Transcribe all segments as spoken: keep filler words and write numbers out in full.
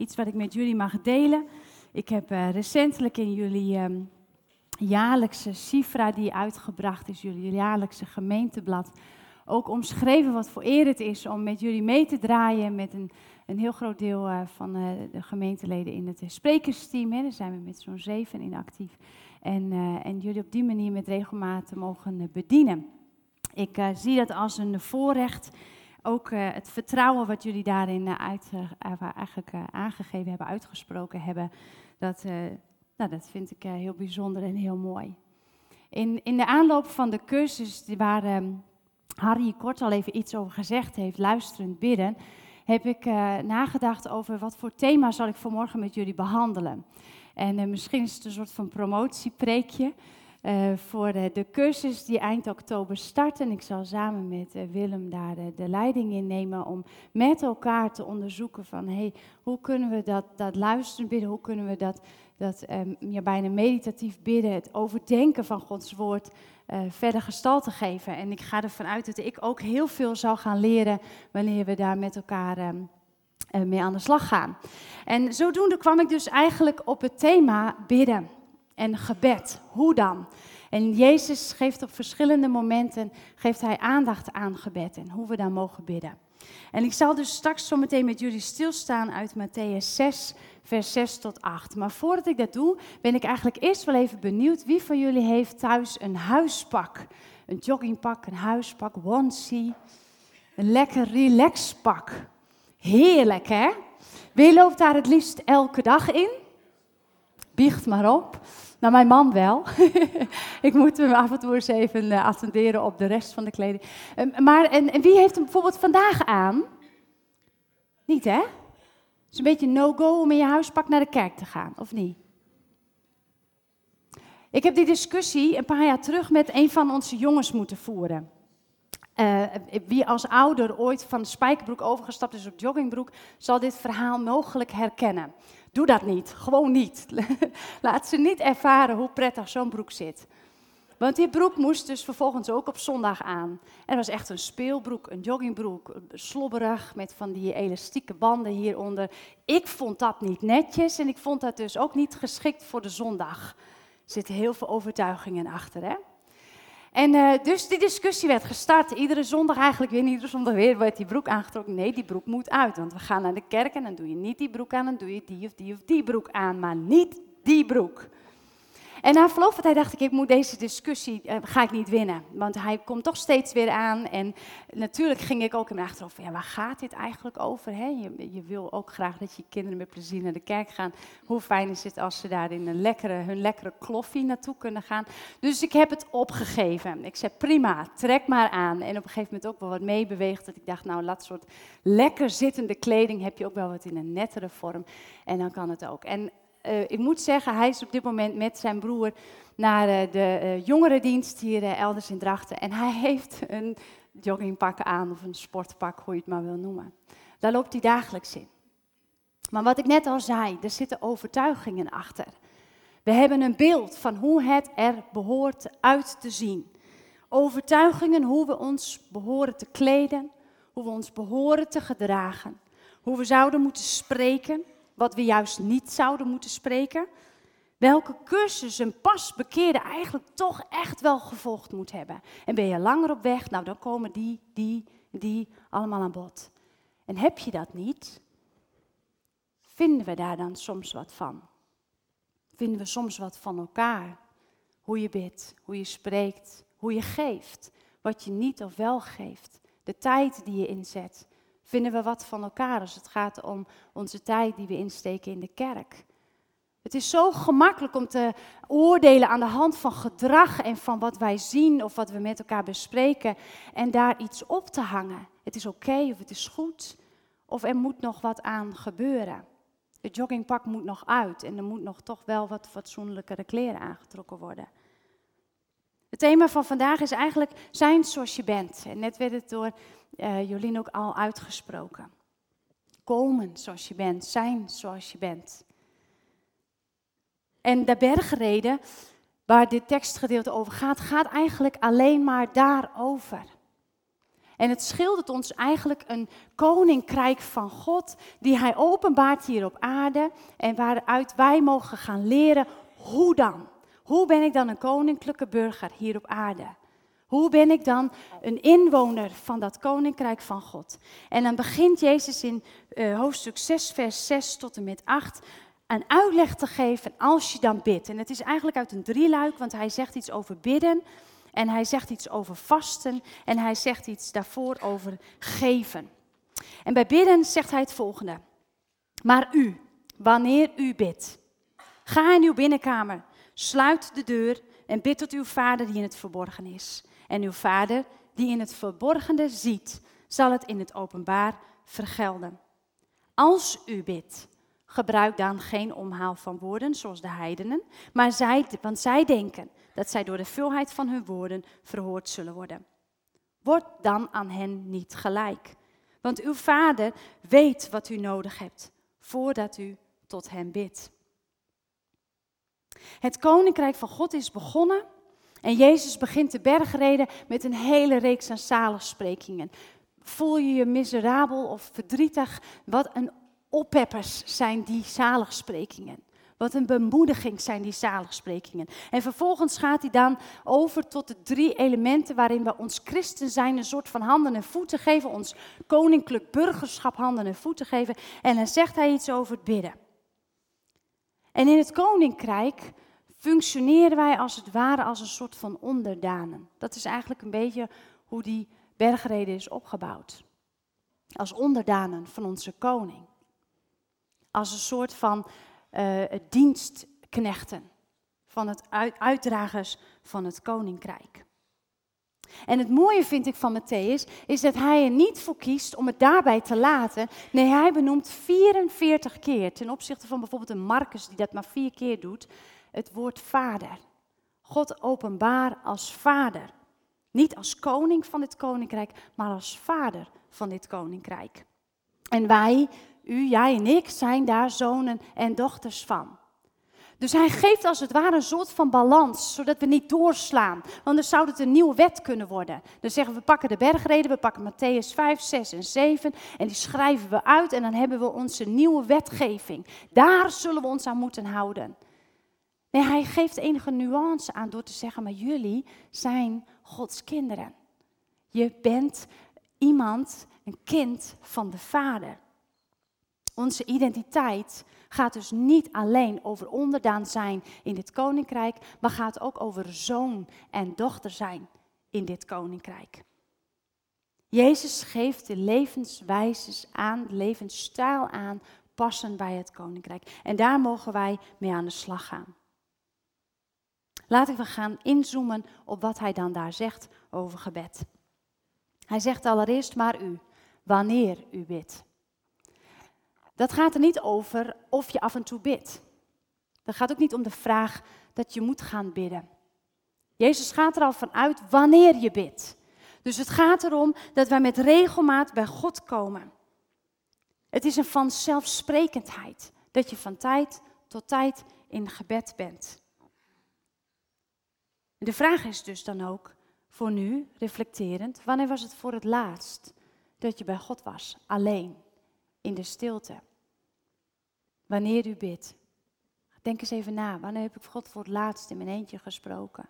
iets wat ik met jullie mag delen. Ik heb uh, recentelijk in jullie um, jaarlijkse Sifra die uitgebracht is, jullie jaarlijkse gemeenteblad, ook omschreven wat voor eer het is om met jullie mee te draaien met een, een heel groot deel uh, van uh, de gemeenteleden in het uh, sprekersteam. Hè. Daar zijn we met zo'n zeven in actief. En, uh, en jullie op die manier met regelmaat mogen uh, bedienen. Ik uh, zie dat als een voorrecht. Ook uh, het vertrouwen wat jullie daarin uh, uit, uh, eigenlijk uh, aangegeven hebben, uitgesproken hebben, dat, uh, nou, dat vind ik uh, heel bijzonder en heel mooi. In, in de aanloop van de cursus, waar um, Harry kort al even iets over gezegd heeft, luisterend bidden, heb ik uh, nagedacht over wat voor thema zal ik vanmorgen met jullie behandelen. En uh, misschien is het een soort van promotiepreekje. Uh, voor de, de cursus die eind oktober start. En ik zal samen met uh, Willem daar de, de leiding in nemen om met elkaar te onderzoeken van hey, hoe kunnen we dat, dat luisteren bidden, hoe kunnen we dat, dat um, ja, bijna meditatief bidden, het overdenken van Gods woord uh, verder gestalte geven. En ik ga ervan uit dat ik ook heel veel zal gaan leren wanneer we daar met elkaar um, uh, mee aan de slag gaan. En zodoende kwam ik dus eigenlijk op het thema bidden. En gebed, hoe dan? En Jezus geeft op verschillende momenten geeft hij aandacht aan gebed en hoe we dan mogen bidden. En ik zal dus straks zo meteen met jullie stilstaan uit Mattheüs zes, vers zes tot acht. Maar voordat ik dat doe, ben ik eigenlijk eerst wel even benieuwd wie van jullie heeft thuis een huispak. Een joggingpak, een huispak, onesie, een lekker relaxpak. Heerlijk hè? Wie loopt daar het liefst elke dag in? Biecht maar op. Nou, mijn man wel. Ik moet hem af en toe eens even uh, attenderen op de rest van de kleding. Um, maar en, en wie heeft hem bijvoorbeeld vandaag aan? Niet, hè? Het is een beetje no-go om in je huispak naar de kerk te gaan, of niet? Ik heb die discussie een paar jaar terug met een van onze jongens moeten voeren. Uh, wie als ouder ooit van de spijkerbroek overgestapt is op joggingbroek, zal dit verhaal mogelijk herkennen. Doe dat niet, gewoon niet. Laat ze niet ervaren hoe prettig zo'n broek zit. Want die broek moest dus vervolgens ook op zondag aan. En het was echt een speelbroek, een joggingbroek, slobberig met van die elastieke banden hieronder. Ik vond dat niet netjes en ik vond dat dus ook niet geschikt voor de zondag. Er zitten heel veel overtuigingen achter, hè? En uh, dus die discussie werd gestart. Iedere zondag eigenlijk weer, iedere zondag weer werd die broek aangetrokken. Nee, die broek moet uit, want we gaan naar de kerk en dan doe je niet die broek aan, dan doe je die of die of die broek aan, maar niet die broek. En na verloop van tijd dacht ik, ik moet deze discussie, uh, ga ik niet winnen. Want hij komt toch steeds weer aan. En natuurlijk ging ik ook in mijn achterhoofd van, ja, waar gaat dit eigenlijk over? Hè? Je, je wil ook graag dat je kinderen met plezier naar de kerk gaan. Hoe fijn is het als ze daar in een lekkere, hun lekkere kloffie naartoe kunnen gaan. Dus ik heb het opgegeven. Ik zei, prima, trek maar aan. En op een gegeven moment ook wel wat meebeweegd. Dat ik dacht, nou, laat soort lekker zittende kleding heb je ook wel wat in een nettere vorm. En dan kan het ook. En Uh, ik moet zeggen, hij is op dit moment met zijn broer naar uh, de uh, jongerendienst hier uh, elders in Drachten. En hij heeft een joggingpak aan of een sportpak, hoe je het maar wil noemen. Daar loopt hij dagelijks in. Maar wat ik net al zei, er zitten overtuigingen achter. We hebben een beeld van hoe het er behoort uit te zien. Overtuigingen hoe we ons behoren te kleden, hoe we ons behoren te gedragen, hoe we zouden moeten spreken. Wat we juist niet zouden moeten spreken. Welke cursus een pas bekeerde eigenlijk toch echt wel gevolgd moet hebben. En ben je langer op weg, nou dan komen die, die, die allemaal aan bod. En heb je dat niet, vinden we daar dan soms wat van. Vinden we soms wat van elkaar. Hoe je bidt, hoe je spreekt, hoe je geeft. Wat je niet of wel geeft. De tijd die je inzet. Vinden we wat van elkaar als het gaat om onze tijd die we insteken in de kerk. Het is zo gemakkelijk om te oordelen aan de hand van gedrag en van wat wij zien of wat we met elkaar bespreken en daar iets op te hangen. Het is oké of het is goed of er moet nog wat aan gebeuren. Het joggingpak moet nog uit en er moet nog toch wel wat fatsoenlijkere kleren aangetrokken worden. Het thema van vandaag is eigenlijk zijn zoals je bent. En net werd het door uh, Jolien ook al uitgesproken. Komen zoals je bent, zijn zoals je bent. En de bergreden, waar dit tekstgedeelte over gaat, gaat eigenlijk alleen maar daarover. En het schildert ons eigenlijk een koninkrijk van God, die hij openbaart hier op aarde en waaruit wij mogen gaan leren, hoe dan? Hoe ben ik dan een koninklijke burger hier op aarde? Hoe ben ik dan een inwoner van dat koninkrijk van God? En dan begint Jezus in uh, hoofdstuk zes, vers zes tot en met acht een uitleg te geven als je dan bidt. En het is eigenlijk uit een drieluik, want hij zegt iets over bidden en hij zegt iets over vasten en hij zegt iets daarvoor over geven. En bij bidden zegt hij het volgende. Maar u, wanneer u bidt, ga in uw binnenkamer, sluit de deur en bid tot uw vader die in het verborgen is. En uw vader die in het verborgene ziet, zal het in het openbaar vergelden. Als u bidt, gebruik dan geen omhaal van woorden zoals de heidenen, maar zij, want zij denken dat zij door de veelheid van hun woorden verhoord zullen worden. Word dan aan hen niet gelijk, want uw vader weet wat u nodig hebt, voordat u tot hem bidt. Het koninkrijk van God is begonnen en Jezus begint de bergreden met een hele reeks aan zaligsprekingen. Voel je je miserabel of verdrietig? Wat een oppeppers zijn die zaligsprekingen. Wat een bemoediging zijn die zaligsprekingen. En vervolgens gaat hij dan over tot de drie elementen waarin we ons christen zijn een soort van handen en voeten geven. Ons koninklijk burgerschap handen en voeten geven. En dan zegt hij iets over het bidden. En in het koninkrijk functioneren wij als het ware als een soort van onderdanen. Dat is eigenlijk een beetje hoe die bergrede is opgebouwd. Als onderdanen van onze koning. Als een soort van uh, dienstknechten. Van het uitdragers van het koninkrijk. En het mooie vind ik van Mattheüs is dat hij er niet voor kiest om het daarbij te laten. Nee, hij benoemt vierenveertig keer, ten opzichte van bijvoorbeeld een Marcus die dat maar vier keer doet, het woord vader. God openbaar als vader. Niet als koning van dit koninkrijk, maar als vader van dit koninkrijk. En wij, u, jij en ik, zijn daar zonen en dochters van. Dus hij geeft als het ware een soort van balans, zodat we niet doorslaan. Want dan zou het een nieuwe wet kunnen worden. Dan zeggen we, we pakken de bergreden, we pakken Mattheüs vijf, zes en zeven en die schrijven we uit en dan hebben we onze nieuwe wetgeving. Daar zullen we ons aan moeten houden. Nee, hij geeft enige nuance aan door te zeggen, maar jullie zijn Gods kinderen. Je bent iemand, een kind van de Vader. Onze identiteit gaat dus niet alleen over onderdaan zijn in dit koninkrijk, maar gaat ook over zoon en dochter zijn in dit koninkrijk. Jezus geeft de levenswijzes aan, de levensstijl aan, passen bij het koninkrijk. En daar mogen wij mee aan de slag gaan. Laten we gaan inzoomen op wat hij dan daar zegt over gebed. Hij zegt allereerst maar u, wanneer u bidt. Dat gaat er niet over of je af en toe bidt. Dat gaat ook niet om de vraag dat je moet gaan bidden. Jezus gaat er al van uit wanneer je bidt. Dus het gaat erom dat wij met regelmaat bij God komen. Het is een vanzelfsprekendheid dat je van tijd tot tijd in gebed bent. De vraag is dus dan ook, voor nu, reflecterend, wanneer was het voor het laatst dat je bij God was, alleen, in de stilte? Wanneer u bidt. Denk eens even na, wanneer heb ik God voor het laatst in mijn eentje gesproken?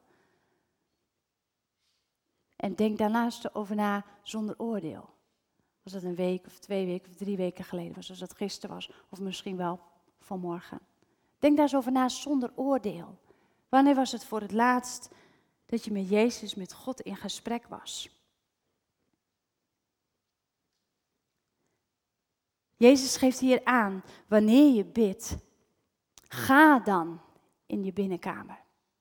En denk daarnaast over na zonder oordeel. Was dat een week of twee weken of drie weken geleden was, als dat gisteren was, of misschien wel vanmorgen. Denk daar eens over na zonder oordeel. Wanneer was het voor het laatst dat je met Jezus, met God in gesprek was? Jezus geeft hier aan, wanneer je bidt, ga dan in je binnenkamer.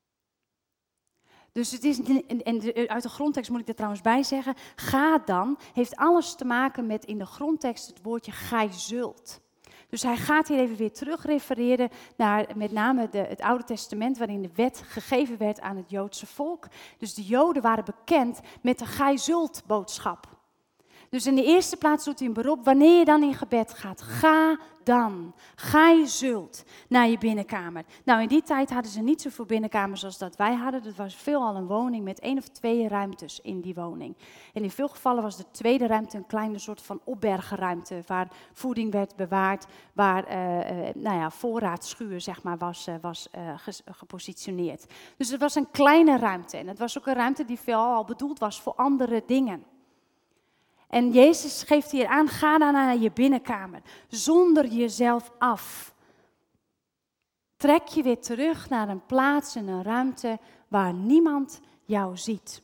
Dus het is, en uit de grondtekst moet ik er trouwens bij zeggen, ga dan, heeft alles te maken met in de grondtekst het woordje gij zult. Dus hij gaat hier even weer terug refereren naar met name de, het Oude Testament, waarin de wet gegeven werd aan het Joodse volk. Dus de Joden waren bekend met de gij zult boodschap. Dus in de eerste plaats doet hij een beroep, wanneer je dan in gebed gaat, ga dan. Gij zult naar je binnenkamer. Nou, in die tijd hadden ze niet zoveel binnenkamers als dat wij hadden. Dat was veelal een woning met één of twee ruimtes in die woning. En in veel gevallen was de tweede ruimte een kleine soort van opbergenruimte, waar voeding werd bewaard, waar uh, uh, nou ja, voorraadschuur zeg maar, was, uh, was uh, ges- gepositioneerd. Dus het was een kleine ruimte en het was ook een ruimte die veelal bedoeld was voor andere dingen. En Jezus geeft hier aan, ga dan naar je binnenkamer, zonder jezelf af. Trek je weer terug naar een plaats en een ruimte waar niemand jou ziet.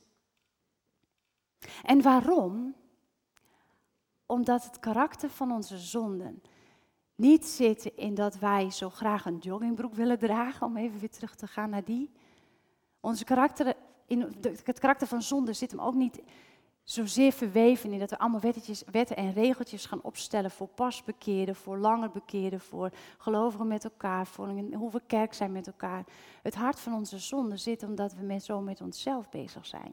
En waarom? Omdat het karakter van onze zonden niet zit in dat wij zo graag een joggingbroek willen dragen, om even weer terug te gaan naar die. Onze karakter, in, het karakter van zonde zit hem ook niet zozeer verweven in dat we allemaal wettetjes, wetten en regeltjes gaan opstellen voor pasbekeerden, voor langer bekeerden, voor gelovigen met elkaar, voor een, hoe we kerk zijn met elkaar. Het hart van onze zonde zit omdat we met, zo met onszelf bezig zijn.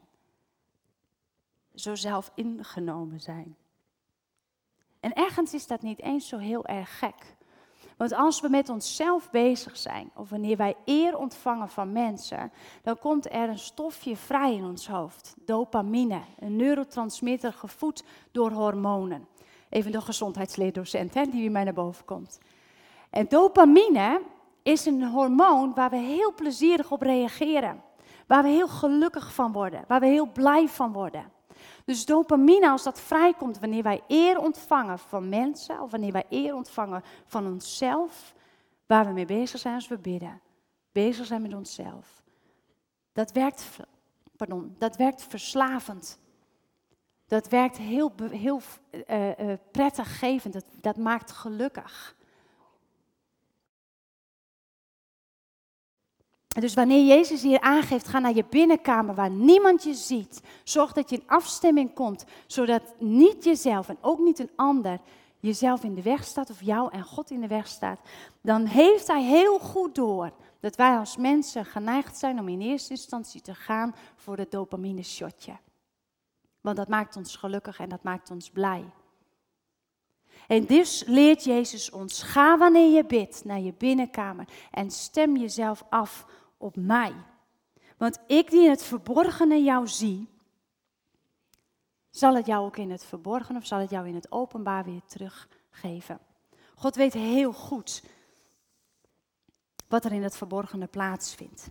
Zo zelf ingenomen zijn. En ergens is dat niet eens zo heel erg gek. Want als we met onszelf bezig zijn, of wanneer wij eer ontvangen van mensen, dan komt er een stofje vrij in ons hoofd. Dopamine, een neurotransmitter gevoed door hormonen. Even de gezondheidsleerdocent hè, die bij mij naar boven komt. En dopamine is een hormoon waar we heel plezierig op reageren. Waar we heel gelukkig van worden, waar we heel blij van worden. Dus dopamine, als dat vrijkomt wanneer wij eer ontvangen van mensen, of wanneer wij eer ontvangen van onszelf, waar we mee bezig zijn als we bidden, bezig zijn met onszelf. Dat werkt, pardon, dat werkt verslavend. Dat werkt heel, heel uh, uh, prettiggevend, dat, dat maakt gelukkig. Dus wanneer Jezus hier aangeeft, ga naar je binnenkamer waar niemand je ziet. Zorg dat je in afstemming komt, zodat niet jezelf en ook niet een ander jezelf in de weg staat of jou en God in de weg staat. Dan heeft hij heel goed door dat wij als mensen geneigd zijn om in eerste instantie te gaan voor het dopamine shotje. Want dat maakt ons gelukkig en dat maakt ons blij. En dus leert Jezus ons, ga wanneer je bidt naar je binnenkamer en stem jezelf af op mij. Want ik die in het verborgene jou zie, zal het jou ook in het verborgene of zal het jou in het openbaar weer teruggeven. God weet heel goed wat er in het verborgene plaatsvindt.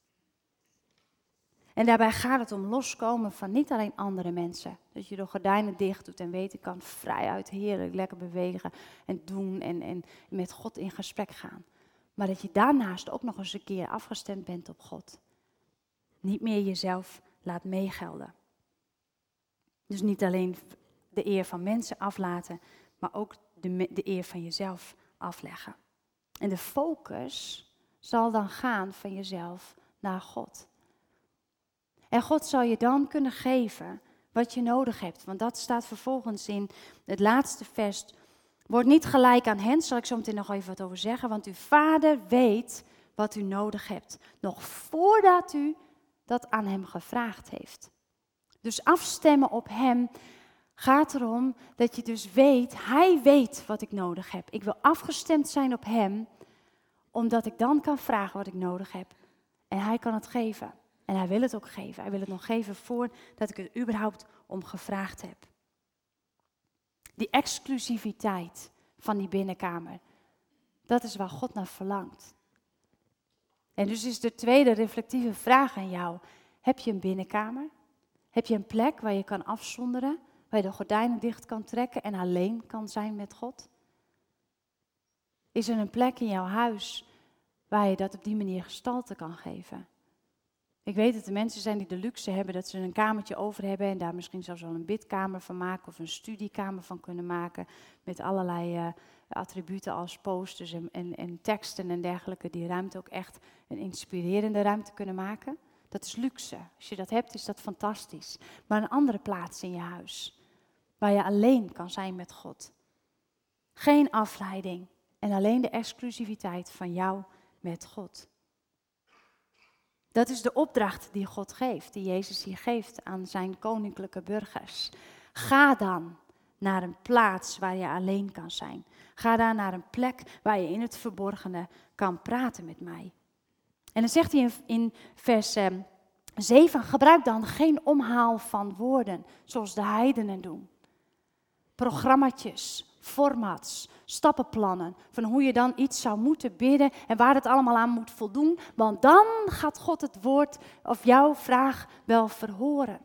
En daarbij gaat het om loskomen van niet alleen andere mensen. Dat je de gordijnen dicht doet en weet, ik kan vrijuit heerlijk lekker bewegen en doen en, en met God in gesprek gaan. Maar dat je daarnaast ook nog eens een keer afgestemd bent op God. Niet meer jezelf laat meegelden. Dus niet alleen de eer van mensen aflaten, maar ook de, de eer van jezelf afleggen. En de focus zal dan gaan van jezelf naar God. En God zal je dan kunnen geven wat je nodig hebt. Want dat staat vervolgens in het laatste vers. Word niet gelijk aan hen, zal ik zo meteen nog even wat over zeggen. Want uw vader weet wat u nodig hebt. Nog voordat u dat aan hem gevraagd heeft. Dus afstemmen op hem gaat erom dat je dus weet, hij weet wat ik nodig heb. Ik wil afgestemd zijn op hem, omdat ik dan kan vragen wat ik nodig heb. En hij kan het geven. En hij wil het ook geven. Hij wil het nog geven voordat ik het überhaupt om gevraagd heb. Die exclusiviteit van die binnenkamer, dat is waar God naar verlangt. En dus is de tweede reflectieve vraag aan jou. Heb je een binnenkamer? Heb je een plek waar je kan afzonderen, waar je de gordijnen dicht kan trekken en alleen kan zijn met God? Is er een plek in jouw huis waar je dat op die manier gestalte kan geven? Ik weet dat er mensen zijn die de luxe hebben dat ze een kamertje over hebben en daar misschien zelfs wel een bidkamer van maken of een studiekamer van kunnen maken met allerlei uh, attributen als posters en, en, en teksten en dergelijke, die ruimte ook echt een inspirerende ruimte kunnen maken. Dat is luxe. Als je dat hebt is dat fantastisch. Maar een andere plaats in je huis, waar je alleen kan zijn met God. Geen afleiding en alleen de exclusiviteit van jou met God. Dat is de opdracht die God geeft, die Jezus hier geeft aan zijn koninklijke burgers. Ga dan naar een plaats waar je alleen kan zijn. Ga daar naar een plek waar je in het verborgene kan praten met mij. En dan zegt hij in, in vers eh, zeven, gebruik dan geen omhaal van woorden, zoals de heidenen doen. Programmaatjes, formats, stappenplannen, van hoe je dan iets zou moeten bidden en waar het allemaal aan moet voldoen. Want dan gaat God het woord of jouw vraag wel verhoren.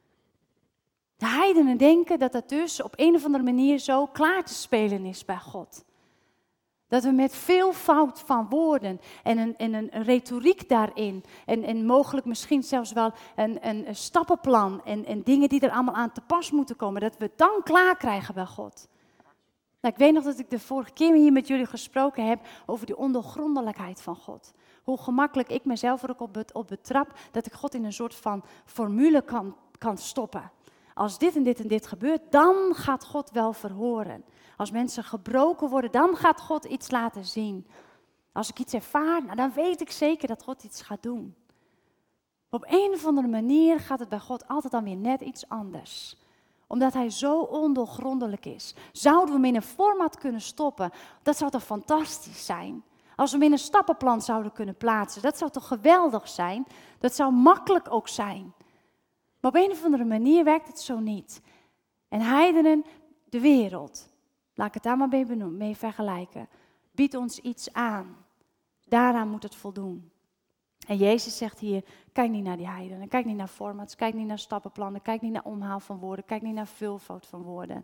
De heidenen denken dat dat dus op een of andere manier zo klaar te spelen is bij God. Dat we met veel fout van woorden en een, en een, een retoriek daarin en, en mogelijk misschien zelfs wel een, een, een stappenplan en, en dingen die er allemaal aan te pas moeten komen, dat we het dan klaar krijgen bij God. Nou, ik weet nog dat ik de vorige keer hier met jullie gesproken heb over die ondoorgrondelijkheid van God. Hoe gemakkelijk ik mezelf er ook op, bet, op betrap dat ik God in een soort van formule kan, kan stoppen. Als dit en dit en dit gebeurt, dan gaat God wel verhoren. Als mensen gebroken worden, dan gaat God iets laten zien. Als ik iets ervaar, nou, dan weet ik zeker dat God iets gaat doen. Op een of andere manier gaat het bij God altijd dan weer net iets anders. Omdat hij zo ondoorgrondelijk is. Zouden we hem in een format kunnen stoppen? Dat zou toch fantastisch zijn? Als we hem in een stappenplan zouden kunnen plaatsen, dat zou toch geweldig zijn? Dat zou makkelijk ook zijn. Maar op een of andere manier werkt het zo niet. En heidenen, de wereld, laat ik het daar maar mee, benoemen, mee vergelijken, biedt ons iets aan. Daaraan moet het voldoen. En Jezus zegt hier, kijk niet naar die heidenen, kijk niet naar formats, kijk niet naar stappenplannen, kijk niet naar omhaal van woorden, kijk niet naar veelvoud van woorden.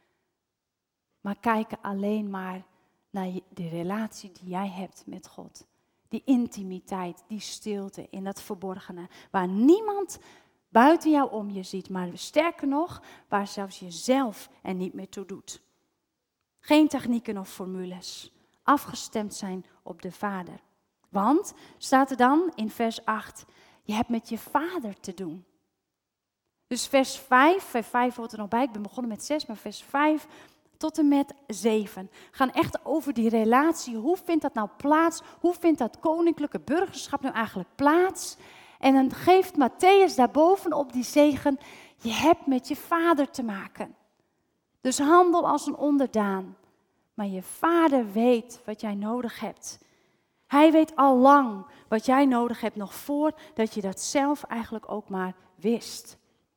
Maar kijk alleen maar naar de relatie die jij hebt met God. Die intimiteit, die stilte in dat verborgene, waar niemand buiten jou om je ziet, maar sterker nog, waar zelfs jezelf er niet meer toe doet. Geen technieken of formules, afgestemd zijn op de Vader. Want, staat er dan in vers acht, je hebt met je Vader te doen. Dus vers vijf, vers vijf hoort er nog bij, ik ben begonnen met zes, maar vers vijf tot en met zeven gaan echt over die relatie. Hoe vindt dat nou plaats? Hoe vindt dat koninklijke burgerschap nou eigenlijk plaats? En dan geeft Mattheüs daarbovenop die zegen, je hebt met je Vader te maken. Dus handel als een onderdaan. Maar je Vader weet wat jij nodig hebt. Hij weet al lang wat jij nodig hebt, nog voordat je dat zelf eigenlijk ook maar wist.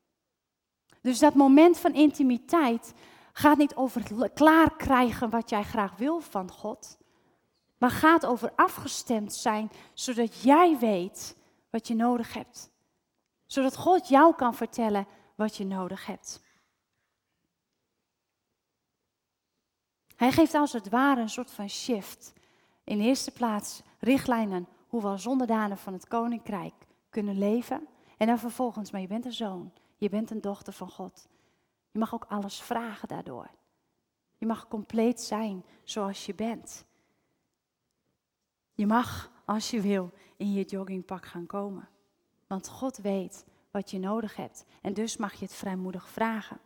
Dus dat moment van intimiteit gaat niet over klaar krijgen wat jij graag wil van God. Maar gaat over afgestemd zijn, zodat jij weet wat je nodig hebt. Zodat God jou kan vertellen wat je nodig hebt. Hij geeft als het ware een soort van shift. In de eerste plaats richtlijnen hoe we als onderdanen van het koninkrijk kunnen leven. En dan vervolgens, maar je bent een zoon, je bent een dochter van God. Je mag ook alles vragen daardoor. Je mag compleet zijn zoals je bent. Je mag, als je wil, in je joggingpak gaan komen. Want God weet wat je nodig hebt. En dus mag je het vrijmoedig vragen.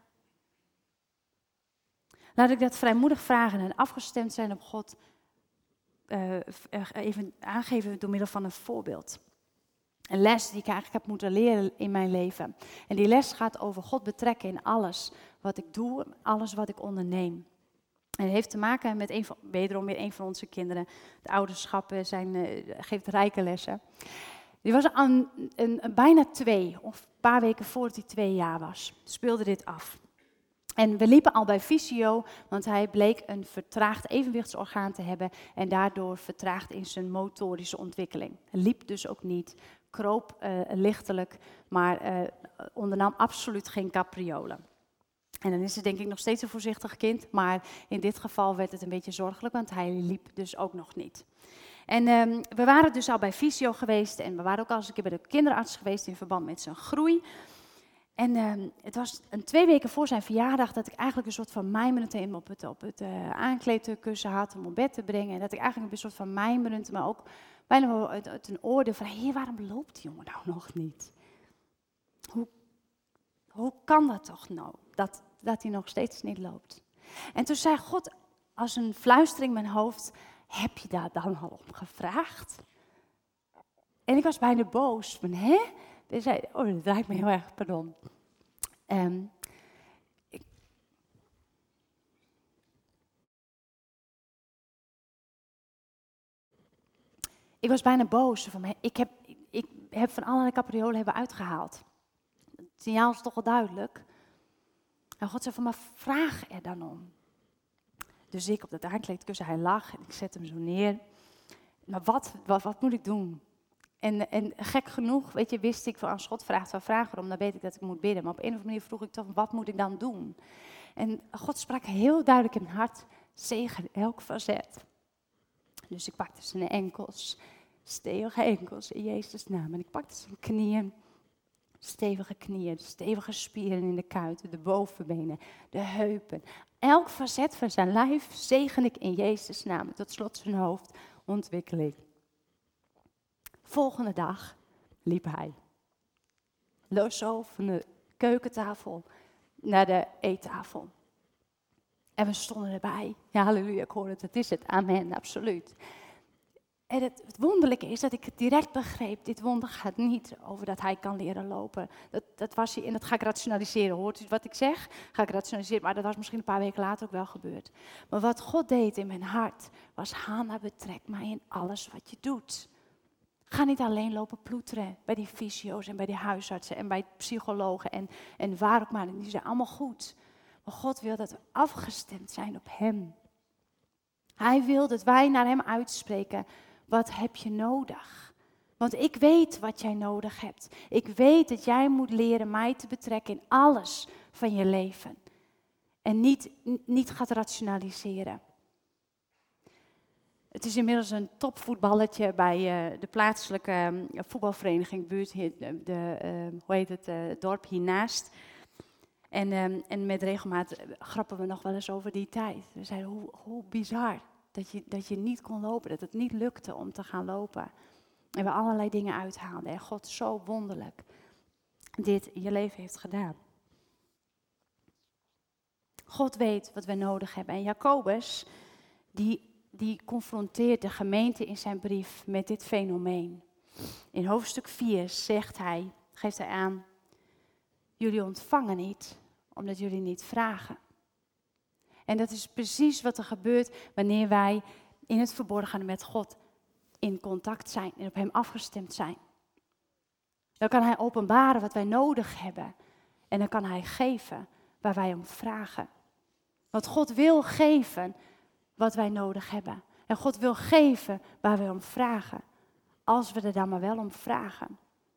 Laat ik dat vrijmoedig vragen en afgestemd zijn op God uh, even aangeven door middel van een voorbeeld. Een les die ik eigenlijk heb moeten leren in mijn leven. En die les gaat over God betrekken in alles wat ik doe, alles wat ik onderneem. En het heeft te maken met een van, wederom weer een van onze kinderen. De ouderschap zijn, uh, geeft rijke lessen. Die was aan een, een, bijna twee, of een paar weken voordat hij twee jaar was, speelde dit af. En we liepen al bij fysio, want hij bleek een vertraagd evenwichtsorgaan te hebben en daardoor vertraagd in zijn motorische ontwikkeling. Hij liep dus ook niet, kroop uh, lichtelijk, maar uh, ondernam absoluut geen capriolen. En dan is het denk ik nog steeds een voorzichtig kind, maar in dit geval werd het een beetje zorgelijk, want hij liep dus ook nog niet. En um, we waren dus al bij fysio geweest en we waren ook al eens een keer bij de kinderarts geweest in verband met zijn groei. En um, het was een twee weken voor zijn verjaardag dat ik eigenlijk een soort van mijmerend hem op het, op het uh, aankleedkussen had om op bed te brengen. En dat ik eigenlijk een soort van mijmerend, maar ook bijna wel uit, uit een oordeel van, hé, waarom loopt die jongen nou nog niet? Hoe, hoe kan dat toch nou, dat, dat hij nog steeds niet loopt? En toen zei God als een fluistering in mijn hoofd, heb je daar dan al om gevraagd? En ik was bijna boos, van hè? Dus hij, oh, dat lijkt me heel erg, pardon. Um, ik, Ik was bijna boos. Van mij. Ik, heb, ik heb van allerlei capriolen hebben uitgehaald. Het signaal is toch wel duidelijk. En God zei van, maar vraag er dan om. Dus ik op dat aankleedkussen, hij lag en ik zet hem zo neer. Maar wat, wat, wat moet ik doen? En, en gek genoeg, weet je, wist ik van als God vraagt, waar vragen erom, dan weet ik dat ik moet bidden. Maar op een of andere manier vroeg ik toch, wat moet ik dan doen? En God sprak heel duidelijk in mijn hart, zegen elk verzet. Dus ik pakte zijn enkels, stevige enkels in Jezus' naam. En ik pakte zijn knieën, stevige knieën, stevige spieren in de kuiten, de bovenbenen, de heupen. Elk verzet van zijn lijf zegen ik in Jezus' naam. Tot slot zijn hoofd, ontwikkeling. Volgende dag liep hij. Loos zo van de keukentafel naar de eettafel. En we stonden erbij. Ja, halleluja, ik hoor het, het is het. Amen, absoluut. En het, het wonderlijke is dat ik het direct begreep. Dit wonder gaat niet over dat hij kan leren lopen. Dat, dat was hij, en dat ga ik rationaliseren. Hoort u wat ik zeg? Ga ik rationaliseren, maar dat was misschien een paar weken later ook wel gebeurd. Maar wat God deed in mijn hart was, Hanna, betrek mij in alles wat je doet. Ga niet alleen lopen ploeteren bij die fysio's en bij die huisartsen en bij psychologen en, en waar ook maar. En die zijn allemaal goed. Maar God wil dat we afgestemd zijn op hem. Hij wil dat wij naar hem uitspreken. Wat heb je nodig? Want ik weet wat jij nodig hebt. Ik weet dat jij moet leren mij te betrekken in alles van je leven. En niet, niet gaat rationaliseren. Het is inmiddels een topvoetballetje bij uh, de plaatselijke uh, voetbalvereniging, buurt, de, de, uh, hoe heet het, uh, het dorp hiernaast. En, um, en met regelmaat grappen we nog wel eens over die tijd. We zeiden, hoe, hoe bizar dat je, dat je niet kon lopen, dat het niet lukte om te gaan lopen. En we allerlei dingen uithaalden. En God zo wonderlijk dit in je leven heeft gedaan. God weet wat we nodig hebben. En Jacobus, die... Die confronteert de gemeente in zijn brief met dit fenomeen. In hoofdstuk vier zegt hij, geeft hij aan, jullie ontvangen niet, omdat jullie niet vragen. En dat is precies wat er gebeurt wanneer wij in het verborgene met God in contact zijn en op hem afgestemd zijn. Dan kan hij openbaren wat wij nodig hebben. En dan kan hij geven waar wij om vragen. Want God wil geven wat wij nodig hebben. En God wil geven waar we om vragen. Als we er dan maar wel om vragen.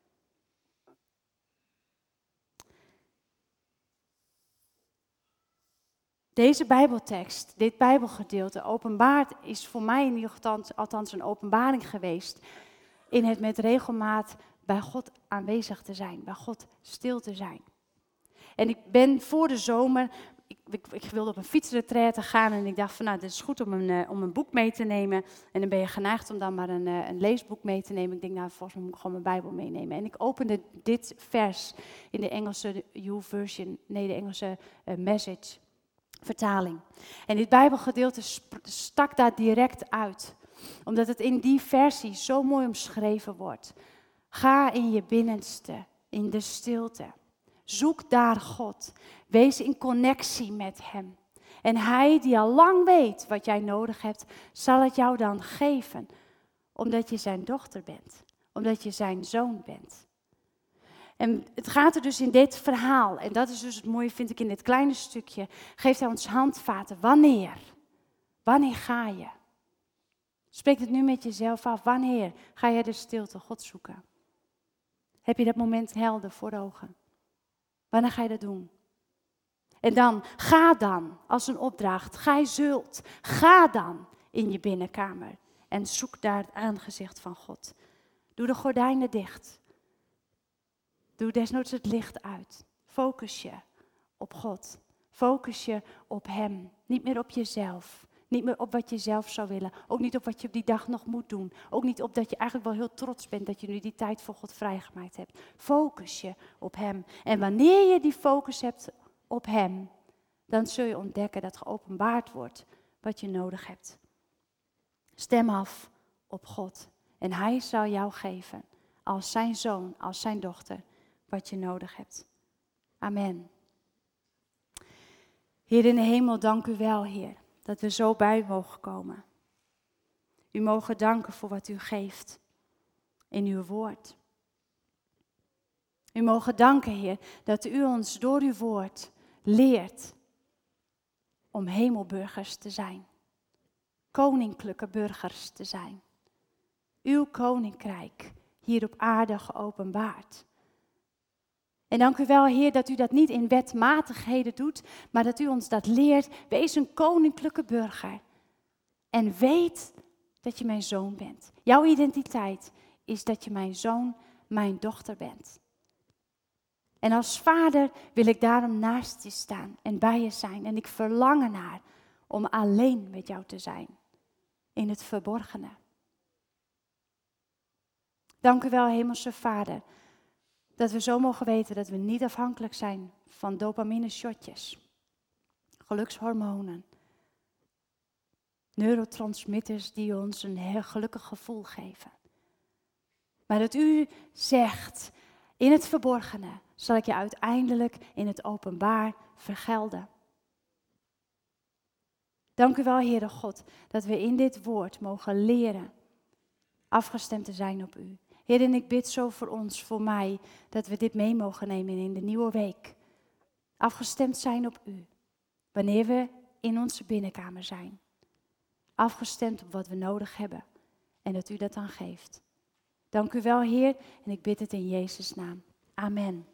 Deze Bijbeltekst, dit Bijbelgedeelte, openbaart, is voor mij in ieder geval althans een openbaring geweest. In het met regelmaat bij God aanwezig te zijn, bij God stil te zijn. En ik ben voor de zomer, ik, ik, ik wilde op een fietsretraite gaan en ik dacht van nou, het is goed om een, uh, om een boek mee te nemen. En dan ben je geneigd om dan maar een, uh, een leesboek mee te nemen. Ik denk nou, volgens mij moet ik gewoon mijn Bijbel meenemen. En ik opende dit vers in de Engelse YouVersion, nee de Engelse uh, Message vertaling. En dit Bijbelgedeelte stak daar direct uit. Omdat het in die versie zo mooi omschreven wordt. Ga in je binnenste, in de stilte. Zoek daar God. Wees in connectie met hem. En hij die al lang weet wat jij nodig hebt, zal het jou dan geven. Omdat je zijn dochter bent. Omdat je zijn zoon bent. En het gaat er dus in dit verhaal, en dat is dus het mooie vind ik in dit kleine stukje, geeft hij ons handvaten. Wanneer? Wanneer ga je? Spreek het nu met jezelf af. Wanneer ga je de stilte God zoeken? Heb je dat moment helder voor ogen? Wanneer ga je dat doen? En dan, ga dan als een opdracht. Gij zult. Ga dan in je binnenkamer en zoek daar het aangezicht van God. Doe de gordijnen dicht. Doe desnoods het licht uit. Focus je op God. Focus je op hem. Niet meer op jezelf. Niet meer op wat je zelf zou willen. Ook niet op wat je op die dag nog moet doen. Ook niet op dat je eigenlijk wel heel trots bent dat je nu die tijd voor God vrijgemaakt hebt. Focus je op hem. En wanneer je die focus hebt op hem, dan zul je ontdekken dat geopenbaard wordt wat je nodig hebt. Stem af op God. En hij zal jou geven, als zijn zoon, als zijn dochter, wat je nodig hebt. Amen. Heer in de hemel, dank u wel, Heer, dat we zo bij mogen komen. U mogen danken voor wat u geeft in uw woord. U mogen danken, Heer, dat u ons door uw woord leert om hemelburgers te zijn. Koninklijke burgers te zijn. Uw koninkrijk hier op aarde geopenbaard. En dank u wel, Heer, dat u dat niet in wetmatigheden doet, maar dat u ons dat leert. Wees een koninklijke burger. En weet dat je mijn zoon bent. Jouw identiteit is dat je mijn zoon, mijn dochter bent. En als vader wil ik daarom naast je staan en bij je zijn. En ik verlang ernaar om alleen met jou te zijn. In het verborgene. Dank u wel, Hemelse Vader. Dat we zo mogen weten dat we niet afhankelijk zijn van dopamine shotjes. Gelukshormonen. Neurotransmitters die ons een heel gelukkig gevoel geven. Maar dat u zegt, in het verborgene zal ik je uiteindelijk in het openbaar vergelden. Dank u wel, Heere God, dat we in dit woord mogen leren afgestemd te zijn op u. Heer, en ik bid zo voor ons, voor mij, dat we dit mee mogen nemen in de nieuwe week. Afgestemd zijn op u, wanneer we in onze binnenkamer zijn. Afgestemd op wat we nodig hebben en dat u dat dan geeft. Dank u wel, Heer, en ik bid het in Jezus' naam. Amen.